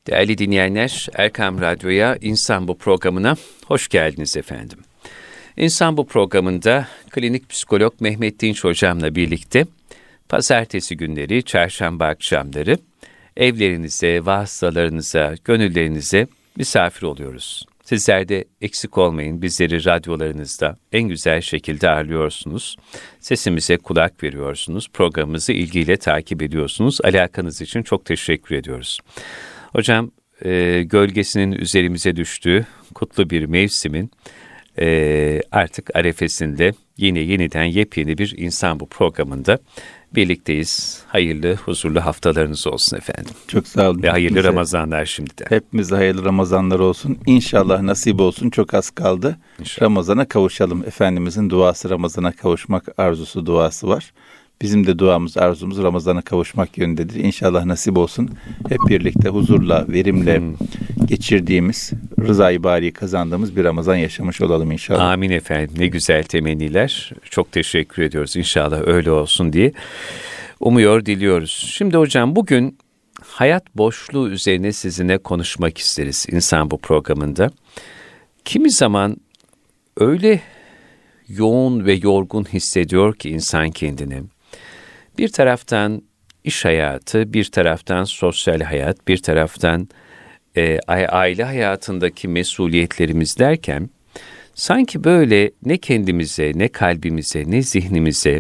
Değerli dinleyenler, Erkam Radyo'ya İnsan Bu programına hoş geldiniz efendim. İnsan Bu programında klinik psikolog Mehmet Dinç hocamla birlikte pazartesi günleri, çarşamba akşamları evlerinize, vasıtalarınıza, gönüllerinize misafir oluyoruz. Sizler de eksik olmayın, bizleri radyolarınızda en güzel şekilde ağırlıyorsunuz. Sesimize kulak veriyorsunuz, programımızı ilgiyle takip ediyorsunuz. Alakanız için çok teşekkür ediyoruz. Hocam, gölgesinin üzerimize düştüğü kutlu bir mevsimin artık arefesinde yeniden yepyeni bir İnsan Bu programında birlikteyiz. Hayırlı, huzurlu haftalarınız olsun efendim. Çok sağ olun. Ve hayırlı Ramazanlar şimdiden. Hepimize hayırlı Ramazanlar olsun. İnşallah nasip olsun. Çok az kaldı. İnşallah. Ramazana kavuşalım. Efendimizin duası, Ramazana kavuşmak arzusu, duası var. Bizim de duamız, arzumuz Ramazan'a kavuşmak yönündedir. İnşallah nasip olsun. Hep birlikte huzurla, verimle geçirdiğimiz, rıza-i bari'yi kazandığımız bir Ramazan yaşamış olalım inşallah. Amin efendim. Ne güzel temenniler. Çok teşekkür ediyoruz. İnşallah öyle olsun diye umuyor, diliyoruz. Şimdi hocam bugün hayat boşluğu üzerine sizinle konuşmak isteriz İnsan Bu programında. Kimi zaman öyle yoğun ve yorgun hissediyor ki insan kendini. Bir taraftan iş hayatı, bir taraftan sosyal hayat, bir taraftan aile hayatındaki mesuliyetlerimiz derken sanki böyle ne kendimize, ne kalbimize, ne zihnimize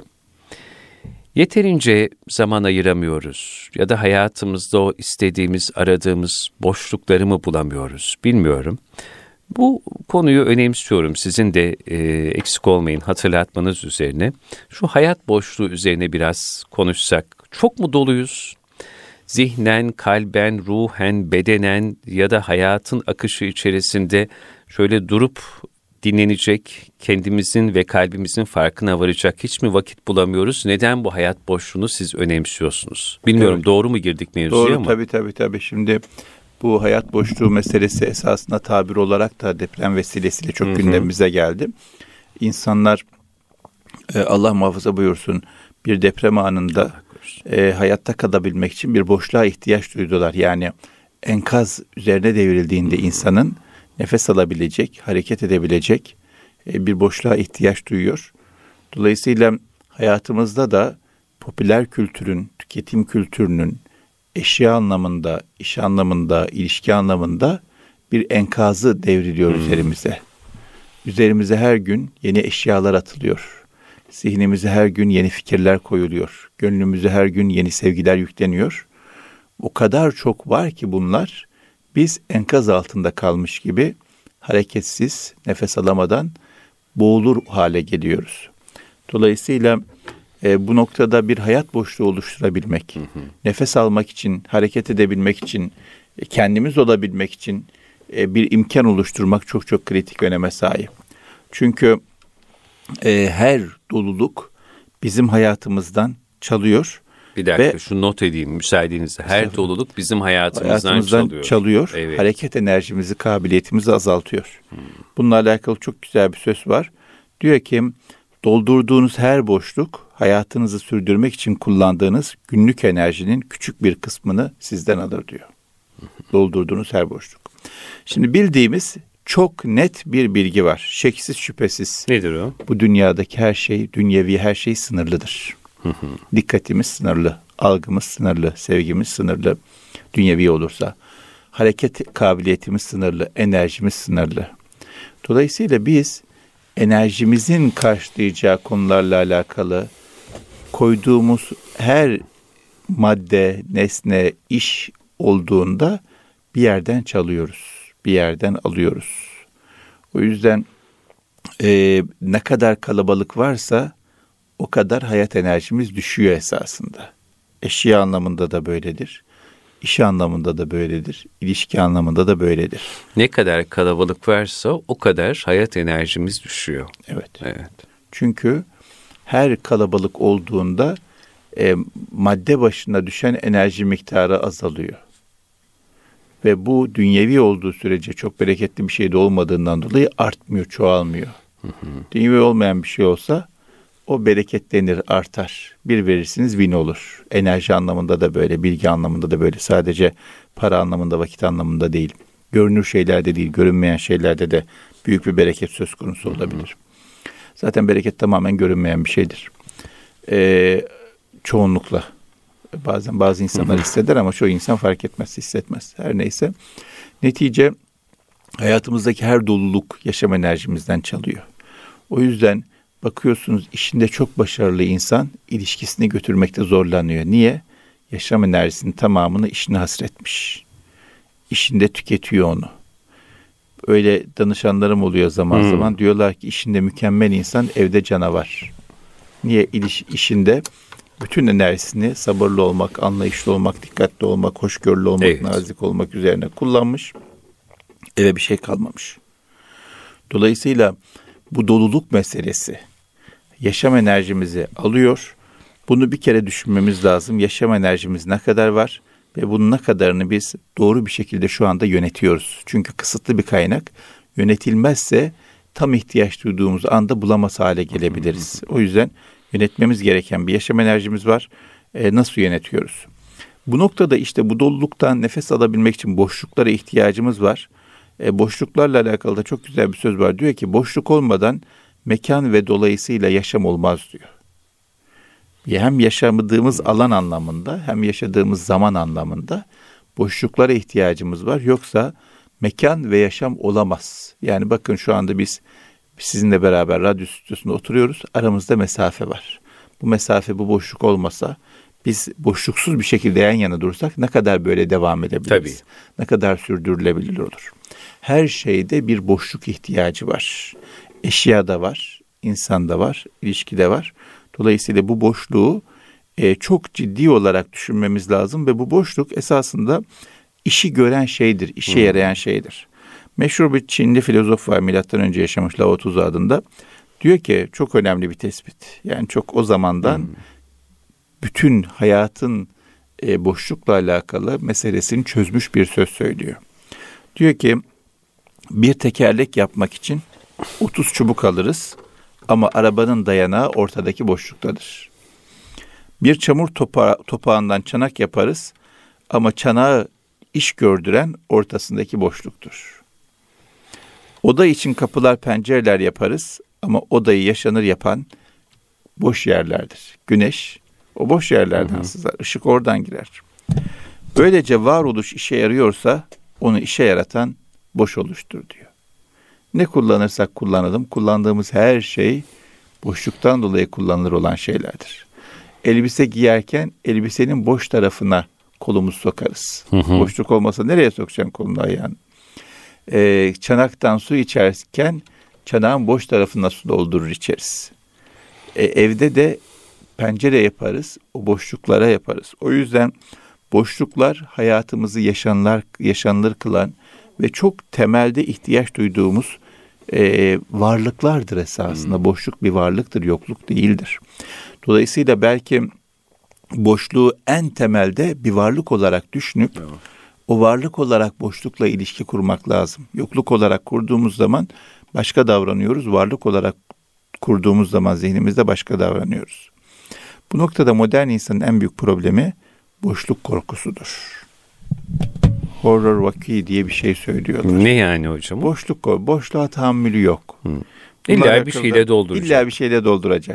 yeterince zaman ayıramıyoruz ya da hayatımızda o istediğimiz, aradığımız boşlukları mı bulamıyoruz bilmiyorum. Bu konuyu önemsiyorum. Sizin de eksik olmayın hatırlatmanız üzerine. Şu hayat boşluğu üzerine biraz konuşsak. Çok mu doluyuz? Zihnen, kalben, ruhen, bedenen ya da hayatın akışı içerisinde şöyle durup dinlenecek, kendimizin ve kalbimizin farkına varacak hiç mi vakit bulamıyoruz? Neden bu hayat boşluğunu siz önemsiyorsunuz? Bilmiyorum, evet. Doğru mu girdik mevzuya mı? Doğru, tabii. Şimdi bu hayat boşluğu meselesi esasında tabir olarak da deprem vesilesiyle çok gündemimize geldi. İnsanlar Allah muhafaza buyursun bir deprem anında hayatta kalabilmek için bir boşluğa ihtiyaç duydular. Yani enkaz üzerine devrildiğinde insanın nefes alabilecek, hareket edebilecek bir boşluğa ihtiyaç duyuyor. Dolayısıyla hayatımızda da popüler kültürün, tüketim kültürünün eşya anlamında, iş anlamında, ilişki anlamında bir enkazı devriliyor üzerimize. Üzerimize her gün yeni eşyalar atılıyor. Zihnimize her gün yeni fikirler koyuluyor. Gönlümüze her gün yeni sevgiler yükleniyor. O kadar çok var ki bunlar, biz enkaz altında kalmış gibi hareketsiz, nefes alamadan boğulur hale geliyoruz. Dolayısıyla bu noktada bir hayat boşluğu oluşturabilmek, nefes almak için, hareket edebilmek için, kendimiz olabilmek için bir imkan oluşturmak çok çok kritik öneme sahip. Çünkü her doluluk bizim hayatımızdan çalıyor. Bir dakika şu not edeyim müsaadenizle. Her doluluk bizim hayatımızdan çalıyor. Evet. Hareket enerjimizi, kabiliyetimizi azaltıyor. Bununla alakalı çok güzel bir söz var. Diyor ki doldurduğunuz her boşluk hayatınızı sürdürmek için kullandığınız günlük enerjinin küçük bir kısmını sizden alır diyor. Doldurduğunuz her boşluk. Şimdi bildiğimiz çok net bir bilgi var. Şeksiz şüphesiz. Nedir o? Bu dünyadaki her şey, dünyevi her şey sınırlıdır. Dikkatimiz sınırlı, algımız sınırlı, sevgimiz sınırlı. Dünyevi olursa hareket kabiliyetimiz sınırlı, enerjimiz sınırlı. Dolayısıyla biz enerjimizin karşılayacağı konularla alakalı koyduğumuz her madde, nesne, iş olduğunda bir yerden çalıyoruz, bir yerden alıyoruz. O yüzden ne kadar kalabalık varsa o kadar hayat enerjimiz düşüyor esasında. Eşya anlamında da böyledir. İş anlamında da böyledir. İlişki anlamında da böyledir. Ne kadar kalabalık varsa o kadar hayat enerjimiz düşüyor. Evet. Çünkü her kalabalık olduğunda madde başına düşen enerji miktarı azalıyor. Ve bu dünyevi olduğu sürece çok bereketli bir şey de olmadığından dolayı artmıyor, çoğalmıyor. Dünyevi olmayan bir şey olsa o bereketlenir, artar. Bir verirsiniz, bin olur. Enerji anlamında da böyle, bilgi anlamında da böyle. Sadece para anlamında, vakit anlamında değil. Görünür şeylerde değil, görünmeyen şeylerde de büyük bir bereket söz konusu olabilir. Zaten bereket tamamen görünmeyen bir şeydir. Çoğunlukla. Bazen bazı insanlar hisseder ama çoğu insan fark etmez, hissetmez. Her neyse. Netice hayatımızdaki her doluluk yaşam enerjimizden çalıyor. O yüzden bakıyorsunuz işinde çok başarılı insan ilişkisini götürmekte zorlanıyor. Niye? Yaşam enerjisinin tamamını işine hasretmiş. İşinde tüketiyor onu. Öyle danışanlarım oluyor zaman zaman. Diyorlar ki işinde mükemmel insan, evde canavar. Niye? İşinde bütün enerjisini sabırlı olmak, anlayışlı olmak, dikkatli olmak, hoşgörülü olmak, nazik olmak üzerine kullanmış. Eve bir şey kalmamış. Dolayısıyla bu doluluk meselesi yaşam enerjimizi alıyor. Bunu bir kere düşünmemiz lazım. Yaşam enerjimiz ne kadar var ve bunun ne kadarını biz doğru bir şekilde şu anda yönetiyoruz. Çünkü kısıtlı bir kaynak. Yönetilmezse tam ihtiyaç duyduğumuz anda bulamaz hale gelebiliriz. O yüzden yönetmemiz gereken bir yaşam enerjimiz var. Nasıl yönetiyoruz? Bu noktada işte bu doluluktan nefes alabilmek için boşluklara ihtiyacımız var. Boşluklarla alakalı da çok güzel bir söz var. Diyor ki boşluk olmadan mekan ve dolayısıyla yaşam olmaz diyor. Hem yaşadığımız alan anlamında hem yaşadığımız zaman anlamında boşluklara ihtiyacımız var. Yoksa mekan ve yaşam olamaz. Yani bakın şu anda biz sizinle beraber radyo stüdyosunda oturuyoruz. Aramızda mesafe var. Bu mesafe, bu boşluk olmasa biz boşluksuz bir şekilde yan yana durursak ne kadar böyle devam edebiliriz? Tabii. Ne kadar sürdürülebilir olur? Her şeyde bir boşluk ihtiyacı var. Eşyada var, insanda var, ilişkide var. Dolayısıyla bu boşluğu çok ciddi olarak düşünmemiz lazım ve bu boşluk esasında işi gören şeydir, işe yarayan şeydir. Meşhur bir Çinli filozof var, milattan önce yaşamış, Lao Tzu adında. Diyor ki çok önemli bir tespit. Yani çok o zamandan bütün hayatın boşlukla alakalı meselesini çözmüş bir söz söylüyor. Diyor ki bir tekerlek yapmak için 30 çubuk alırız ama arabanın dayanağı ortadaki boşluktadır. Bir çamur topağından çanak yaparız ama çanağı iş gördüren ortasındaki boşluktur. Oda için kapılar, pencereler yaparız ama odayı yaşanır yapan boş yerlerdir. Güneş o boş yerlerden sızar, ışık oradan girer. Böylece varoluş işe yarıyorsa onu işe yaratan boş oluştur diyor. Ne kullanırsak kullanalım, kullandığımız her şey boşluktan dolayı kullanılır olan şeylerdir. Elbise giyerken elbisenin boş tarafına kolumuzu sokarız. Boşluk olmasa nereye sokacaksın kolunu, ayağını? Çanaktan su içerken çanağın boş tarafına su doldurur içeriz. Evde de pencere yaparız, o boşluklara yaparız. O yüzden boşluklar hayatımızı yaşanılır kılan ve çok temelde ihtiyaç duyduğumuz varlıklardır esasında. Boşluk bir varlıktır, yokluk değildir. Dolayısıyla belki boşluğu en temelde bir varlık olarak düşünüp o varlık olarak boşlukla ilişki kurmak lazım. Yokluk olarak kurduğumuz zaman başka davranıyoruz. Varlık olarak kurduğumuz zaman zihnimizde başka davranıyoruz. Bu noktada modern insanın en büyük problemi boşluk korkusudur. Horror vaki diye bir şey söylüyorlar. Ne yani hocam? Boşluğa tahammülü yok. İlla bir şeyle dolduracak. İlla bir şeyle dolduracak.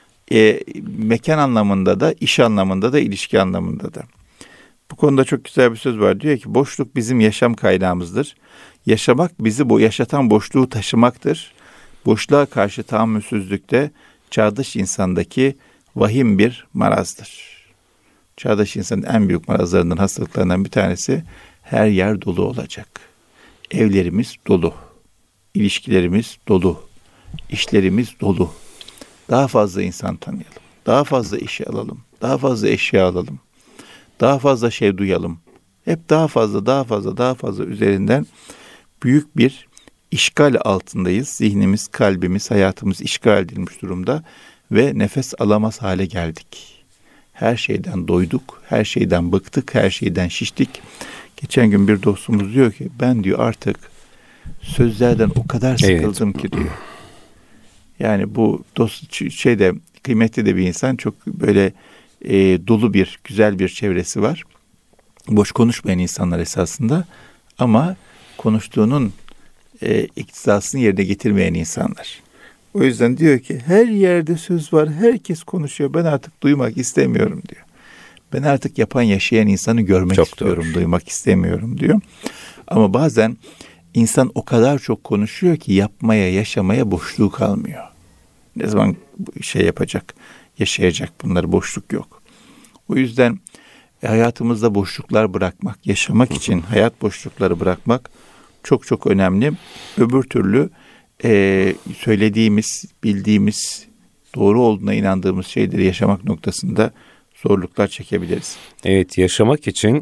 Mekan anlamında da, iş anlamında da, ilişki anlamında da. Bu konuda çok güzel bir söz var. Diyor ki boşluk bizim yaşam kaynağımızdır. Yaşamak bizi yaşatan boşluğu taşımaktır. Boşluğa karşı tahammülsüzlük de çağdaş insandaki vahim bir marazdır. Çağdaş insanın en büyük marazlarından, hastalıklarından bir tanesi her yer dolu olacak. Evlerimiz dolu. İlişkilerimiz dolu. İşlerimiz dolu. Daha fazla insan tanıyalım. Daha fazla işe alalım. Daha fazla eşya alalım. Daha fazla şey duyalım. Hep daha fazla üzerinden büyük bir işgal altındayız. Zihnimiz, kalbimiz, hayatımız işgal edilmiş durumda ve nefes alamaz hale geldik. Her şeyden doyduk, her şeyden bıktık, her şeyden şiştik. Geçen gün bir dostumuz diyor ki ben diyor artık sözlerden o kadar sıkıldım ki diyor. Yani bu kıymetli de bir insan. Çok böyle dolu bir, güzel bir çevresi var. Boş konuşmayan insanlar esasında ama konuştuğunun iktizasını yerine getirmeyen insanlar. O yüzden diyor ki her yerde söz var, herkes konuşuyor. Ben artık duymak istemiyorum diyor. Ben artık yapan yaşayan insanı görmek çok istiyorum, doğru. duymak istemiyorum diyor. Ama bazen insan o kadar çok konuşuyor ki yapmaya, yaşamaya boşluğu kalmıyor. Ne zaman şey yapacak, yaşayacak, bunlar boşluk yok. O yüzden hayatımızda boşluklar bırakmak, yaşamak için hayat boşlukları bırakmak çok çok önemli. Öbür türlü söylediğimiz, bildiğimiz, doğru olduğuna inandığımız şeyleri yaşamak noktasında zorluklar çekebiliriz. Evet, yaşamak için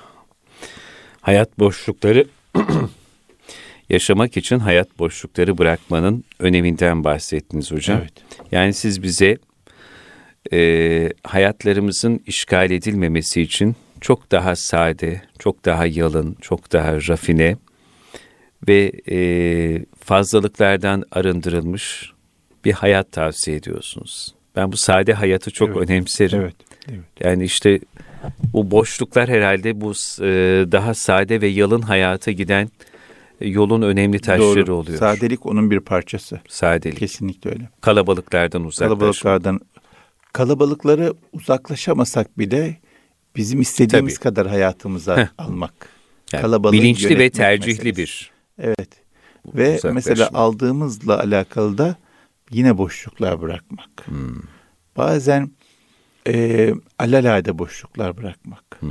hayat boşlukları yaşamak için hayat boşlukları bırakmanın öneminden bahsettiniz hocam. Evet. Yani siz bize hayatlarımızın işgal edilmemesi için çok daha sade, çok daha yalın, çok daha rafine ve fazlalıklardan arındırılmış bir hayat tavsiye ediyorsunuz. Ben bu sade hayatı çok önemserim. Evet. Evet. Yani işte bu boşluklar herhalde bu daha sade ve yalın hayata giden yolun önemli taşları Doğru. oluyor. Sadelik onun bir parçası. Sadelik. Kesinlikle öyle. Kalabalıklardan uzaklaşmak. Kalabalıkları uzaklaşamasak bile bizim istediğimiz kadar hayatımıza almak. Yani bilinçli ve tercihli meselesi. bir. Evet. Ve mesela aldığımızla alakalı da yine boşluklar bırakmak. Bazen alelade boşluklar bırakmak.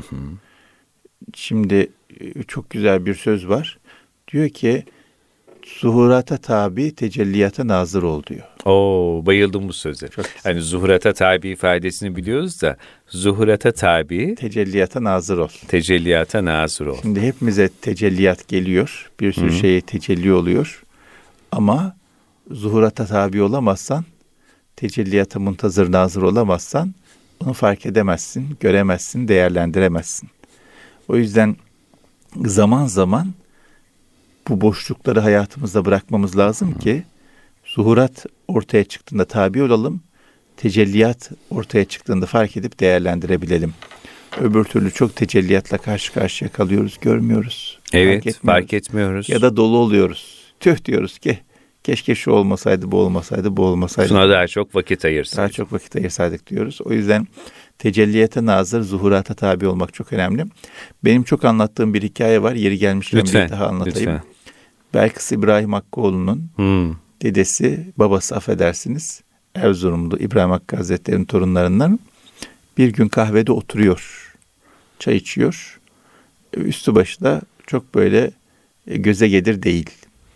Şimdi çok güzel bir söz var. Diyor ki zuhurata tabi, tecelliyata nazır ol diyor. Oo, bayıldım bu söze. Hani zuhurata tabi ifadesini biliyoruz da zuhurata tabi, tecelliyata nazır ol. Tecelliyata nazır ol. Şimdi hepimize tecelliyat geliyor. Bir sürü şeye tecelli oluyor. Ama zuhurata tabi olamazsan, tecelliyata muntazır nazır olamazsan onu fark edemezsin, göremezsin, değerlendiremezsin. O yüzden zaman zaman bu boşlukları hayatımızda bırakmamız lazım ki zuhurat ortaya çıktığında tabi olalım, tecelliyat ortaya çıktığında fark edip değerlendirebilelim. Öbür türlü çok tecelliyatla karşı karşıya kalıyoruz, görmüyoruz. Evet, fark etmiyoruz. Ya da dolu oluyoruz. Tüh diyoruz ki keşke şu olmasaydı, bu olmasaydı, bu olmasaydı. Şuna daha çok vakit ayırsaydık. Daha çok vakit ayırsaydık diyoruz. O yüzden tecelliyete nazır, zuhurata tabi olmak çok önemli. Benim çok anlattığım bir hikaye var. Yeri gelmişken bir daha anlatayım. Lütfen. Belkıs İbrahim Hakkıoğlu'nun dedesi, babası affedersiniz, Erzurumlu İbrahim Hakkı Hazretleri'nin torunlarından bir gün kahvede oturuyor. Çay içiyor. Üstü başı da çok böyle göze gelir değil.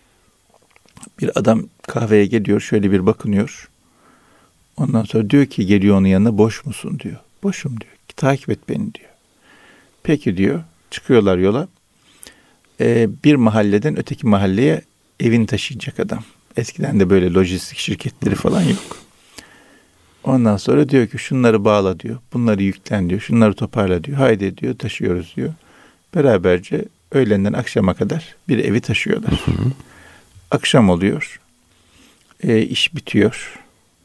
Bir adam kahveye geliyor, şöyle bir bakınıyor. Ondan sonra diyor ki, geliyor onun yanına, boş musun diyor. Boşum diyor. Takip et beni diyor. Peki diyor. Çıkıyorlar yola. Bir mahalleden öteki mahalleye evini taşıyacak adam. Eskiden de böyle lojistik şirketleri falan yok. Ondan sonra diyor ki şunları bağla diyor. Bunları yüklen diyor. Şunları toparla diyor. Haydi diyor, taşıyoruz diyor. Beraberce öğlenden akşama kadar bir evi taşıyorlar. Akşam oluyor. İş bitiyor.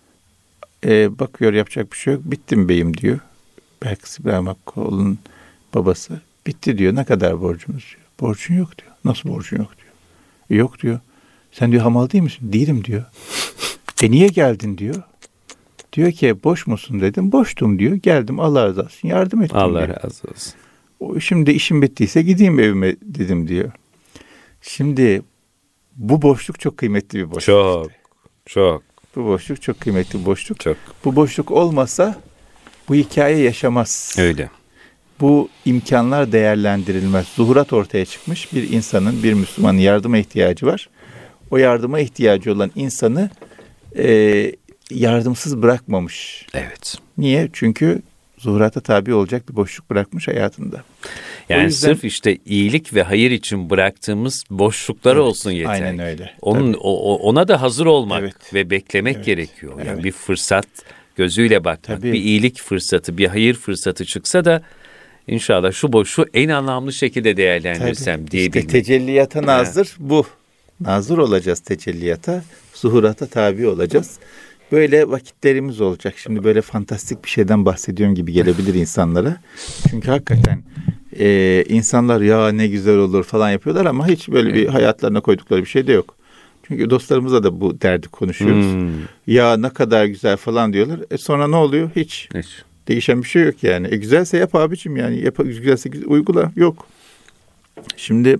Bakıyor, yapacak bir şey yok. Bittim beyim diyor. Belkıs İbrahim Hakkıoğlu'nun babası. Bitti diyor. Ne kadar borcumuz diyor. Borcun yok diyor. Nasıl borcun yok diyor. Yok diyor. Sen diyor hamal değil misin? Değilim diyor. Niye geldin diyor. Diyor ki boş musun dedim. Boştum diyor. Geldim, Allah razı olsun. Yardım ettim Allah diyor. razı olsun. Şimdi işim bittiyse gideyim evime dedim diyor. Şimdi bu boşluk çok kıymetli bir boşluk. Çok. Bu boşluk çok kıymetli bir boşluk. Çok. Bu boşluk olmasa bu hikaye yaşamaz. Öyle. Bu imkanlar değerlendirilmez. Zuhurat ortaya çıkmış, bir insanın, bir Müslümanın yardıma ihtiyacı var. O yardıma ihtiyacı olan insanı yardımsız bırakmamış. Evet. Niye? Çünkü zuhurata tabi olacak bir boşluk bırakmış hayatında. Yani yüzden, sırf işte iyilik ve hayır için bıraktığımız boşluklar olsun yeter. Aynen öyle. Ona da hazır olmak ve beklemek Evet. gerekiyor. Yani Evet. bir fırsat gözüyle bakmak, bir iyilik fırsatı, bir hayır fırsatı çıksa da İnşallah şu boşluğu en anlamlı şekilde değerlendirsem diyebilmek. İşte tecelliyata nazır bu. Nazır olacağız tecelliyata, zuhurata tabi olacağız. böyle vakitlerimiz olacak. Şimdi böyle fantastik bir şeyden bahsediyorum gibi gelebilir insanlara. Çünkü hakikaten insanlar ya ne güzel olur falan yapıyorlar ama hiç böyle bir hayatlarına koydukları bir şey de yok. Çünkü dostlarımızla da bu derdi konuşuyoruz. Ya ne kadar güzel falan diyorlar. Sonra ne oluyor? Hiç. Değişen bir şey yok yani. Güzelse yap abicim yani. Güzelse uygula. Yok. Şimdi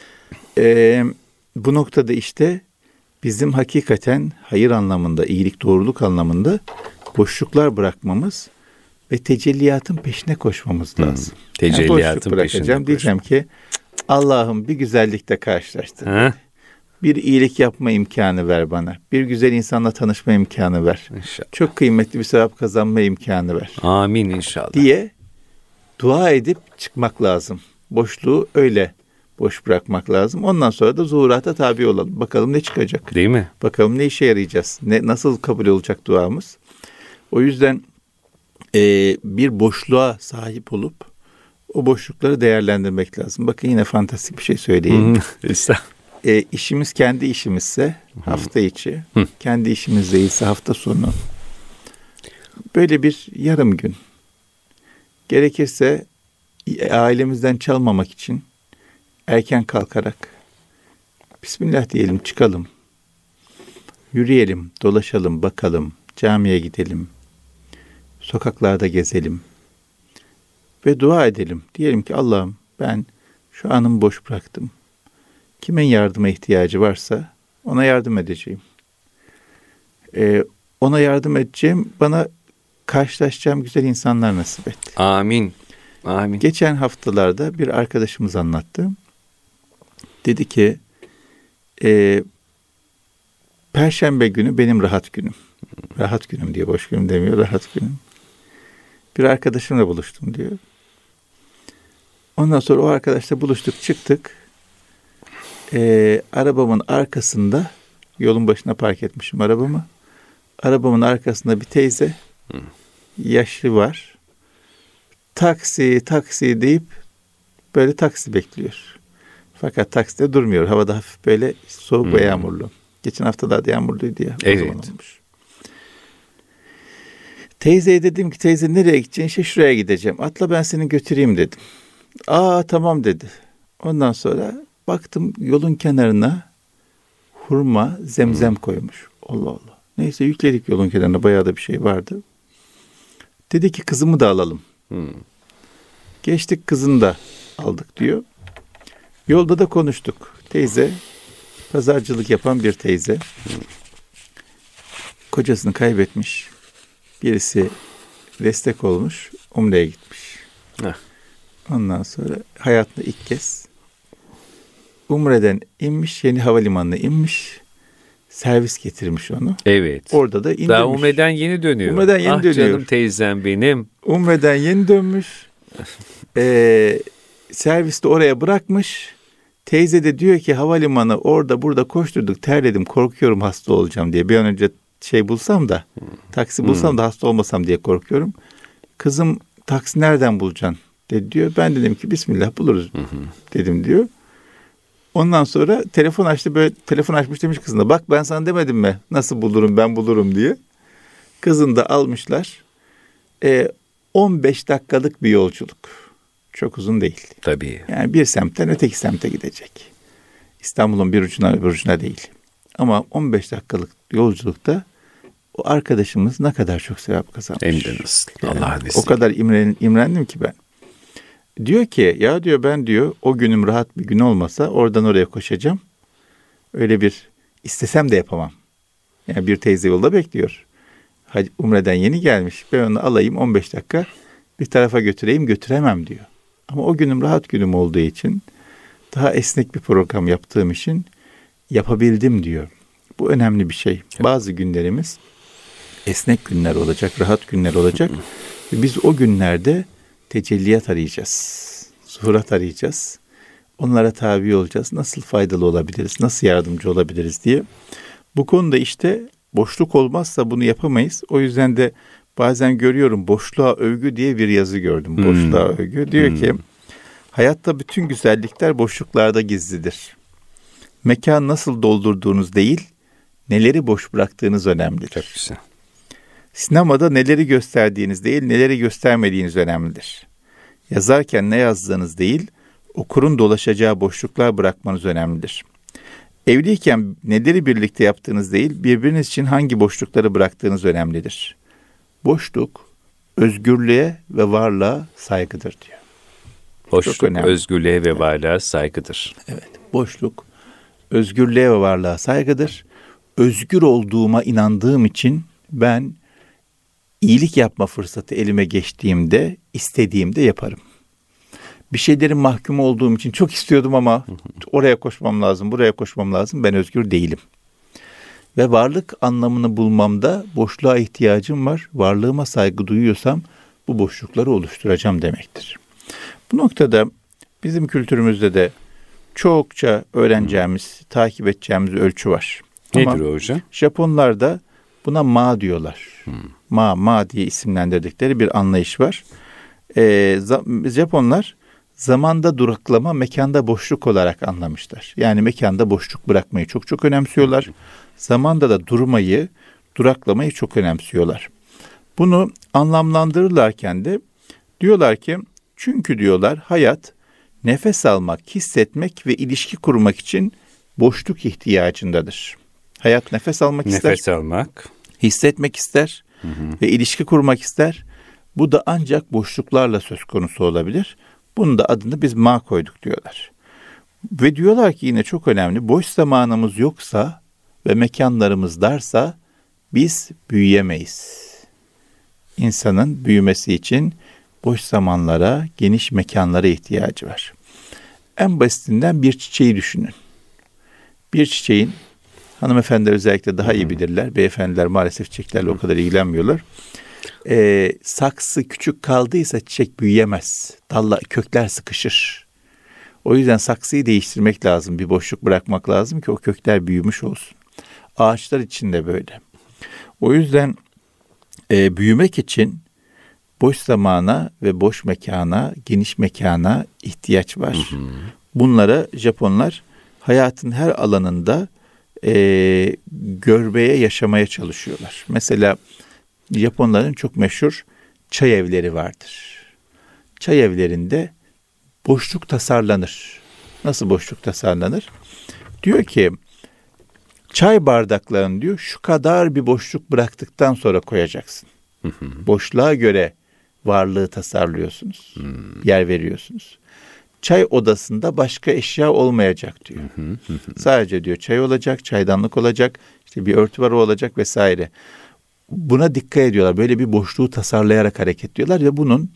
bu noktada işte bizim hakikaten hayır anlamında, iyilik, doğruluk anlamında boşluklar bırakmamız ve tecelliyatın peşine koşmamız lazım. Tecelliyatın yani peşine diyeceğim ki Allah'ım bir güzellikle karşılaştır. Bir iyilik yapma imkanı ver bana. Bir güzel insanla tanışma imkanı ver. İnşallah. Çok kıymetli bir sevap kazanma imkanı ver. Amin inşallah. Diye dua edip çıkmak lazım. Boşluğu öyle boş bırakmak lazım. Ondan sonra da zuhurata tabi olalım. Bakalım ne çıkacak. Değil mi? Bakalım ne işe yarayacağız. Nasıl kabul olacak duamız. O yüzden bir boşluğa sahip olup o boşlukları değerlendirmek lazım. Bakın yine fantastik bir şey söyleyeyim. İşimiz kendi işimizse hafta içi, kendi işimiz değilse hafta sonu, böyle bir yarım gün, gerekirse ailemizden çalmamak için erken kalkarak Bismillah diyelim, çıkalım, yürüyelim, dolaşalım, bakalım, camiye gidelim, sokaklarda gezelim ve dua edelim. Diyelim ki Allah'ım ben şu anımı boş bıraktım. Kimin yardıma ihtiyacı varsa ona yardım edeceğim. Ona yardım edeceğim. Bana karşılaşacağım güzel insanlar nasip et. Amin. Amin. Geçen haftalarda bir arkadaşımız anlattı. Dedi ki Perşembe günü benim rahat günüm. Rahat günüm diyor. Boş günüm demiyor. Rahat günüm. Bir arkadaşımla buluştum diyor. Ondan sonra o arkadaşla buluştuk, çıktık. Arabamın arkasında, yolun başına park etmişim arabamı. Arabamın arkasında bir teyze, yaşlı var. Taksi deyip böyle taksi bekliyor. Fakat takside durmuyor. Havada hafif böyle soğuk ve yağmurlu. Geçen haftalarda yağmurluydu ya. Evet. Teyzeye dedim ki teyze nereye gideceksin? İşte şuraya gideceğim. Atla ben seni götüreyim dedim. Tamam dedi. Ondan sonra baktım yolun kenarına hurma, zemzem koymuş. Allah Allah. Neyse yükledik yolun kenarına, bayağı da bir şey vardı. Dedi ki kızımı da alalım. Geçtik, kızını da aldık diyor. Yolda da konuştuk. Teyze, pazarcılık yapan bir teyze. Kocasını kaybetmiş. Birisi destek olmuş. Umre'ye gitmiş. Ondan sonra hayatında ilk kez Umre'den inmiş, yeni havalimanına inmiş. Servis getirmiş onu. Evet. Orada da indirmiş. Daha Umre'den yeni dönüyor. Dönüyor. Canım teyzem benim. Umre'den yeni dönmüş. Serviste oraya bırakmış. Teyze de diyor ki havalimanı orada burada koşturduk, terledim, korkuyorum hasta olacağım diye. Bir an önce bulsam da, taksi bulsam da hasta olmasam diye korkuyorum. Kızım taksi nereden bulacaksın dedi diyor. Ben dedim ki Bismillah buluruz dedim diyor. Ondan sonra telefon açtı, böyle telefon açmış, demiş kızına bak ben sana demedim mi nasıl bulurum, ben bulurum diye. Kızını da almışlar. 15 dakikalık bir yolculuk. Çok uzun değil. Tabii. Yani bir semtten öteki semte gidecek. İstanbul'un bir ucuna öbür ucuna değil. Ama 15 dakikalık yolculukta o arkadaşımız ne kadar çok sevap kazanmış. Hem de nasıl. Yani Allah'ın o kadar imrendim ki ben. Diyor ki ya diyor ben diyor o günüm rahat bir gün olmasa oradan oraya koşacağım. Öyle bir istesem de yapamam. Yani bir teyze yolda bekliyor. Umre'den yeni gelmiş. Ben onu alayım 15 dakika bir tarafa götüremem diyor. Ama o günüm rahat günüm olduğu için, daha esnek bir program yaptığım için yapabildim diyor. Bu önemli bir şey. Evet. Bazı günlerimiz esnek günler olacak, rahat günler olacak. Ve biz o günlerde tecelliyat arayacağız. Zuhurat arayacağız. Onlara tabi olacağız. Nasıl faydalı olabiliriz, nasıl yardımcı olabiliriz diye. Bu konuda işte boşluk olmazsa bunu yapamayız. O yüzden de bazen görüyorum, boşluğa övgü diye bir yazı gördüm. Boşluğa övgü. Diyor ki hayatta bütün güzellikler boşluklarda gizlidir. Mekan nasıl doldurduğunuz değil, neleri boş bıraktığınız önemlidir. Çok güzel. Sinemada neleri gösterdiğiniz değil, neleri göstermediğiniz önemlidir. Yazarken ne yazdığınız değil, okurun dolaşacağı boşluklar bırakmanız önemlidir. Evliyken neleri birlikte yaptığınız değil, birbiriniz için hangi boşlukları bıraktığınız önemlidir. Boşluk, özgürlüğe ve varlığa saygıdır diyor. Boşluk, özgürlüğe ve varlığa saygıdır. Evet, boşluk, özgürlüğe ve varlığa saygıdır. Özgür olduğuma inandığım için ben iyilik yapma fırsatı elime geçtiğimde, istediğimde yaparım. Bir şeylerin mahkumu olduğum için çok istiyordum ama oraya koşmam lazım, buraya koşmam lazım. Ben özgür değilim. Ve varlık anlamını bulmamda boşluğa ihtiyacım var. Varlığıma saygı duyuyorsam bu boşlukları oluşturacağım demektir. Bu noktada bizim kültürümüzde de çokça öğreneceğimiz, takip edeceğimiz ölçü var. Nedir o hocam? Japonlar da buna ma diyorlar. Ma diye isimlendirdikleri bir anlayış var. Japonlar zamanda duraklama, mekanda boşluk olarak anlamışlar. Yani mekanda boşluk bırakmayı çok çok önemsiyorlar. Zamanda da durmayı, duraklamayı çok önemsiyorlar. Bunu anlamlandırırlarken de diyorlar ki, çünkü diyorlar hayat nefes almak, hissetmek ve ilişki kurmak için boşluk ihtiyacındadır. Hayat nefes almak ister. Nefes almak. Hissetmek ister ve ilişki kurmak ister. Bu da ancak boşluklarla söz konusu olabilir. Bunun da adını biz ma koyduk diyorlar. Ve diyorlar ki yine çok önemli, boş zamanımız yoksa ve mekanlarımız darsa biz büyüyemeyiz. İnsanın büyümesi için boş zamanlara, geniş mekanlara ihtiyacı var. En basitinden bir çiçeği düşünün. Bir çiçeğin, hanımefendiler özellikle daha iyi bilirler, beyefendiler maalesef çiçeklerle o kadar ilgilenmiyorlar. Saksı küçük kaldıysa çiçek büyüyemez. Kökler sıkışır. O yüzden saksıyı değiştirmek lazım. Bir boşluk bırakmak lazım ki o kökler büyümüş olsun. Ağaçlar için de böyle. O yüzden büyümek için boş zamana ve boş mekana, geniş mekana ihtiyaç var. Bunlara Japonlar hayatın her alanında görmeye, yaşamaya çalışıyorlar. Mesela Japonların çok meşhur çay evleri vardır. Çay evlerinde boşluk tasarlanır. Nasıl boşluk tasarlanır? Diyor ki, çay bardaklarını diyor şu kadar bir boşluk bıraktıktan sonra koyacaksın. Boşluğa göre varlığı tasarlıyorsunuz. Yer veriyorsunuz. Çay odasında başka eşya olmayacak diyor. Sadece diyor çay olacak, çaydanlık olacak, işte bir örtü var o olacak vesaire. Buna dikkat ediyorlar. Böyle bir boşluğu tasarlayarak hareket ediyorlar ve bunun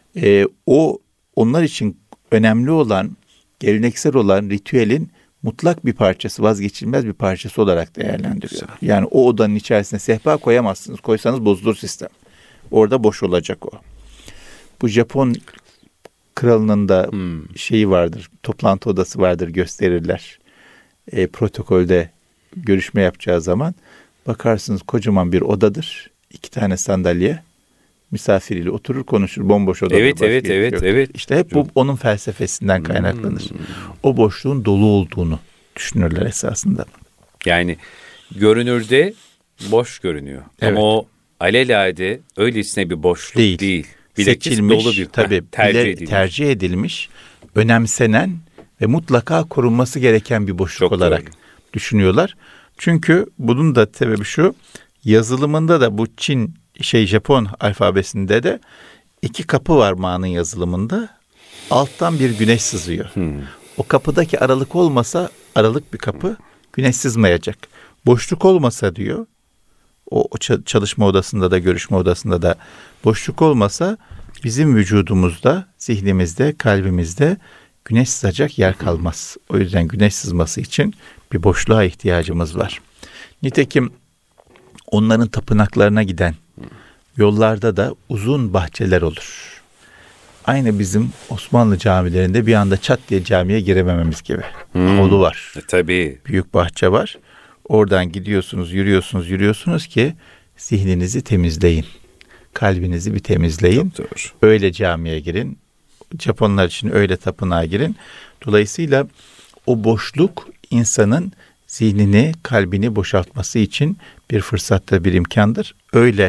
onlar için önemli olan, geleneksel olan ritüelin mutlak bir parçası, vazgeçilmez bir parçası olarak değerlendiriyor. Yani o odanın içerisine sehpa koyamazsınız. Koysanız bozulur sistem. Orada boş olacak o. Bu Japon kralının da şeyi vardır, toplantı odası vardır, gösterirler. Protokolde görüşme yapacağı zaman bakarsınız kocaman bir odadır. 2 tane sandalye, misafiriyle oturur konuşur, bomboş odadır. Evet. İşte hep bu onun felsefesinden kaynaklanır. O boşluğun dolu olduğunu düşünürler esasında. Yani görünürde boş görünüyor. Evet. Ama o alelade öylesine bir boşluk değil. Seçilmiş, dolu bir tercih edilmiş, önemsenen ve mutlaka korunması gereken bir boşluk çok olarak düşünüyorlar. Çünkü bunun da sebebi şu, yazılımında da bu Japon alfabesinde de 2 kapı var ma'nın yazılımında. Alttan bir güneş sızıyor. O kapıdaki aralık olmasa, aralık bir kapı, güneş sızmayacak. Boşluk olmasa diyor, o çalışma odasında da, görüşme odasında da boşluk olmasa bizim vücudumuzda, zihnimizde, kalbimizde güneş sızacak yer kalmaz. O yüzden güneş sızması için bir boşluğa ihtiyacımız var. Nitekim onların tapınaklarına giden yollarda da uzun bahçeler olur. Aynı bizim Osmanlı camilerinde bir anda çat diye camiye giremememiz gibi. Avlu var. Tabii. Büyük bahçe var. Oradan gidiyorsunuz, yürüyorsunuz ki zihninizi temizleyin. Kalbinizi bir temizleyin. Öyle camiye girin. Japonlar için öyle tapınağa girin. Dolayısıyla o boşluk insanın zihnini, kalbini boşaltması için bir fırsattır, bir imkandır. Öyle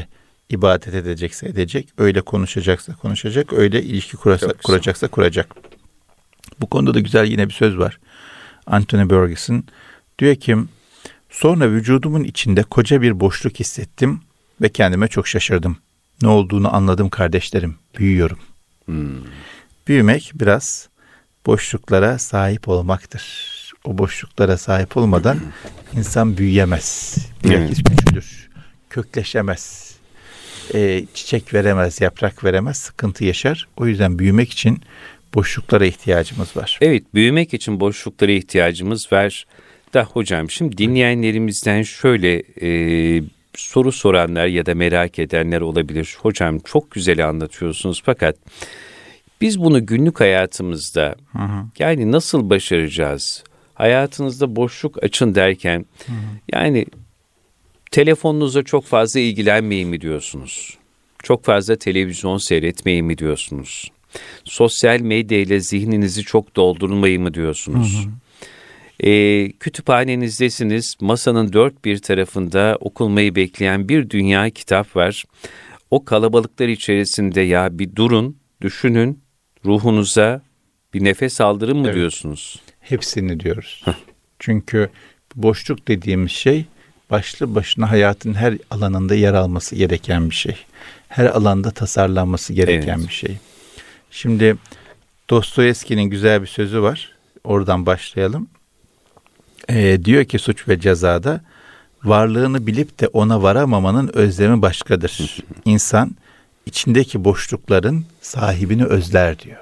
ibadet edecekse edecek, öyle konuşacaksa konuşacak, öyle ilişki kuracaksa kuracak. Bu konuda da güzel yine bir söz var. Anthony Burgess'in diyor ki, sonra vücudumun içinde koca bir boşluk hissettim ve kendime çok şaşırdım. Ne olduğunu anladım kardeşlerim, büyüyorum. Büyümek biraz boşluklara sahip olmaktır. O boşluklara sahip olmadan insan büyüyemez. Bilakis küçülür, kökleşemez, çiçek veremez, yaprak veremez, sıkıntı yaşar. O yüzden büyümek için boşluklara ihtiyacımız var. Evet, büyümek için boşluklara ihtiyacımız var. Da hocam, şimdi dinleyenlerimizden şöyle soru soranlar ya da merak edenler olabilir. Hocam çok güzel anlatıyorsunuz fakat biz bunu günlük hayatımızda yani nasıl başaracağız? Hayatınızda boşluk açın derken yani telefonunuza çok fazla ilgilenmeyin mi diyorsunuz? Çok fazla televizyon seyretmeyin mi diyorsunuz? Sosyal medya ile zihninizi çok doldurmayın mı diyorsunuz? Kütüphanenizdesiniz, masanın dört bir tarafında okunmayı bekleyen bir dünya kitap var. O kalabalıklar içerisinde ya bir durun, düşünün, ruhunuza bir nefes aldırın mı diyorsunuz? Hepsini diyoruz. Çünkü boşluk dediğimiz şey başlı başına hayatın her alanında yer alması gereken bir şey. Her alanda tasarlanması gereken bir şey. Şimdi Dostoyevski'nin güzel bir sözü var. Oradan başlayalım. Diyor ki Suç ve Ceza'da, varlığını bilip de ona varamamanın özlemi başkadır. İnsan içindeki boşlukların sahibini özler diyor.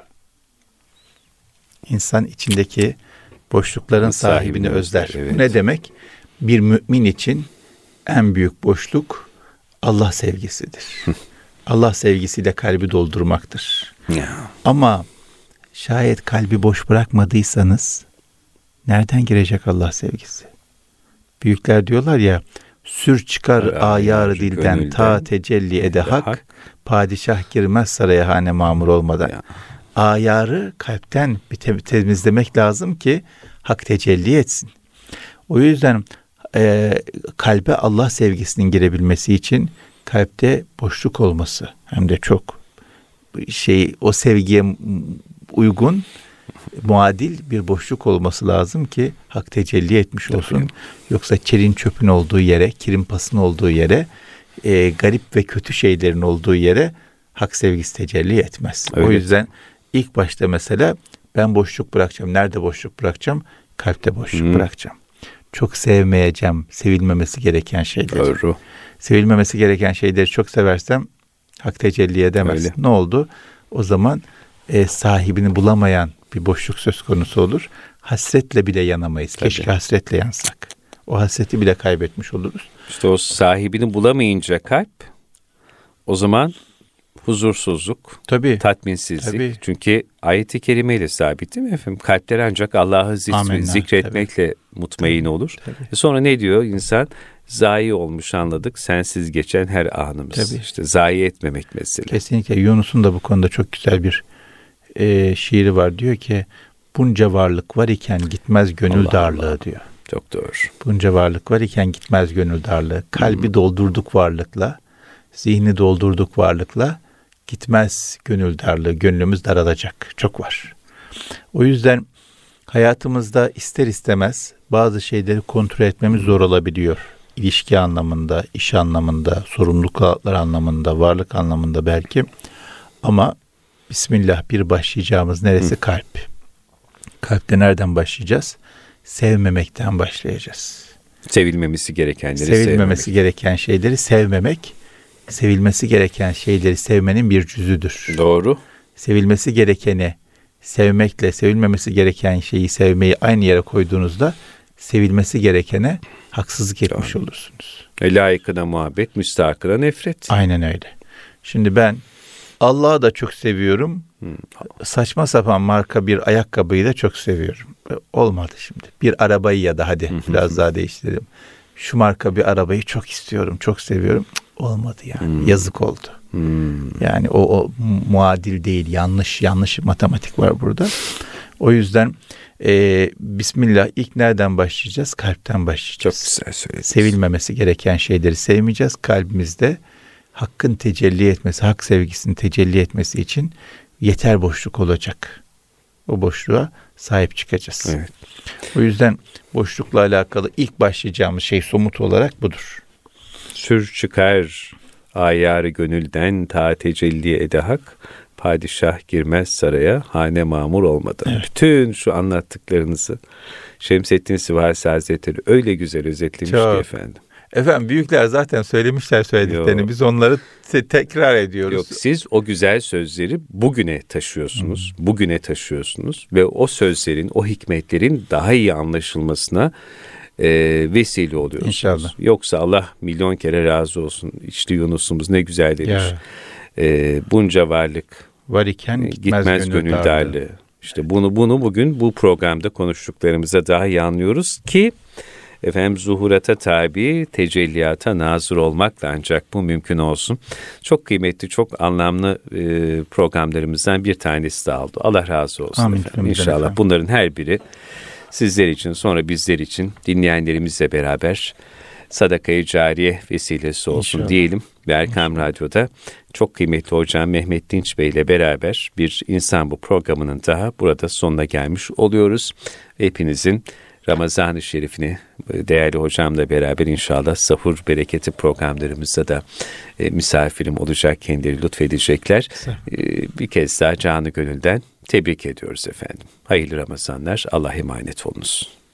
İnsan içindeki boşlukların sahibini özler. Evet. Bu ne demek? Bir mümin için en büyük boşluk Allah sevgisidir. Allah sevgisiyle kalbi doldurmaktır. Ama şayet kalbi boş bırakmadıysanız nereden girecek Allah sevgisi? Büyükler diyorlar ya, sür çıkar ayar dilden ta tecelli ede hak, padişah girmez saraya hane mamur olmadan. Ayarı kalpten temizlemek lazım ki hak tecelli etsin. O yüzden kalbe Allah sevgisinin girebilmesi için kalpte boşluk olması, hem de çok o sevgiye uygun, muadil bir boşluk olması lazım ki hak tecelli etmiş olsun. Yoksa çerin çöpün olduğu yere, kirin pasın olduğu yere, garip ve kötü şeylerin olduğu yere hak sevgisi tecelli etmez. Evet. O yüzden ilk başta mesela ben boşluk bırakacağım. Nerede boşluk bırakacağım? Kalpte boşluk bırakacağım. Çok sevmeyeceğim sevilmemesi gereken şeyleri. Doğru. Sevilmemesi gereken şeyleri çok seversem hak tecelli edemez. Öyle. Ne oldu? O zaman sahibini bulamayan bir boşluk söz konusu olur. Hasretle bile yanamayız. Tabii. Keşke hasretle yansak. O hasreti bile kaybetmiş oluruz. İşte o sahibini bulamayınca kalp, o zaman huzursuzluk, tatminsizlik. Tabii. Çünkü ayet-i kerimeyle sabit değil mi efendim? Kalpler ancak Allah'ı zikretmekle mutmain olur. Sonra ne diyor insan? Zayi olmuş anladık. Sensiz geçen her anımız. İşte zayi etmemek mesela. Kesinlikle. Yunus'un da bu konuda çok güzel bir şiiri var. Diyor ki bunca varlık var iken gitmez gönül darlığı diyor. Çok doğru. Bunca varlık var iken gitmez gönül darlığı. Kalbi doldurduk varlıkla, zihni doldurduk varlıkla, gitmez gönül darlığı. Gönlümüz daralacak. Çok var. O yüzden hayatımızda ister istemez bazı şeyleri kontrol etmemiz zor olabiliyor. İlişki anlamında, iş anlamında, sorumluluklar anlamında, varlık anlamında belki. Ama Bismillah, bir başlayacağımız neresi? Kalp. Kalpte nereden başlayacağız? Sevmemekten başlayacağız. Sevilmemesi gerekenleri Sevilmemesi gereken şeyleri sevmemek, sevilmesi gereken şeyleri sevmenin bir cüzüdür. Doğru. Sevilmesi gerekeni sevmekle sevilmemesi gereken şeyi sevmeyi aynı yere koyduğunuzda sevilmesi gerekene haksızlık etmiş olursunuz. Layıkına muhabbet, müstahakına nefret. Aynen öyle. Şimdi ben Allah'ı da çok seviyorum. Saçma sapan marka bir ayakkabıyı da çok seviyorum. Olmadı şimdi. Bir arabayı ya da hadi biraz daha değiştirelim. Şu marka bir arabayı çok istiyorum, çok seviyorum. Olmadı yani. Yazık oldu. Yani o muadil değil. Yanlış matematik var burada. O yüzden Bismillah, ilk nereden başlayacağız? Kalpten başlayacağız. Çok güzel söylediniz. Sevilmemesi gereken şeyleri sevmeyeceğiz. Kalbimizde hakkın tecelli etmesi, hak sevgisinin tecelli etmesi için yeter boşluk olacak. O boşluğa sahip çıkacağız. Evet. O yüzden boşlukla alakalı ilk başlayacağımız şey somut olarak budur. Sür çıkar ayarı gönülden ta tecelli ede hak, padişah girmez saraya hane mamur olmadan. Evet. Bütün şu anlattıklarınızı Şemsettin Sivasi Hazretleri öyle güzel özetlemiş ki efendim. Efendim büyükler zaten söylemişler söylediklerini. Yok. Biz onları tekrar ediyoruz. Yok, siz o güzel sözleri bugüne taşıyorsunuz. Bugüne taşıyorsunuz ve o sözlerin, o hikmetlerin daha iyi anlaşılmasına vesile oluyorsunuz. İnşallah. Yoksa Allah milyon kere razı olsun. İçli Yunus'umuz ne güzel demiş. Bunca varlık var iken gitmez gönül darlığı. İşte bunu bugün bu programda konuştuklarımıza daha iyi anlıyoruz ki efendim zuhurata tabi, tecelliyata nazır olmakla ancak bu mümkün olsun. Çok kıymetli, çok anlamlı programlarımızdan bir tanesi de oldu. Allah razı olsun. Amin, efendim. İnşallah efendim. Bunların her biri sizler için, sonra bizler için, dinleyenlerimizle beraber sadaka-i cariye vesilesi olsun İnşallah. Diyelim. Ve Erkam Radyo'da çok kıymetli hocam Mehmet Dinç Bey ile beraber bir İnsan Bu programının daha burada sonuna gelmiş oluyoruz. Hepinizin Ramazan-ı Şerif'ini değerli hocamla beraber inşallah sahur bereketi programlarımızda da misafirim olacak, kendileri lütfedecekler. Bir kez daha canı gönülden tebrik ediyoruz efendim. Hayırlı Ramazanlar, Allah'a emanet olunuz.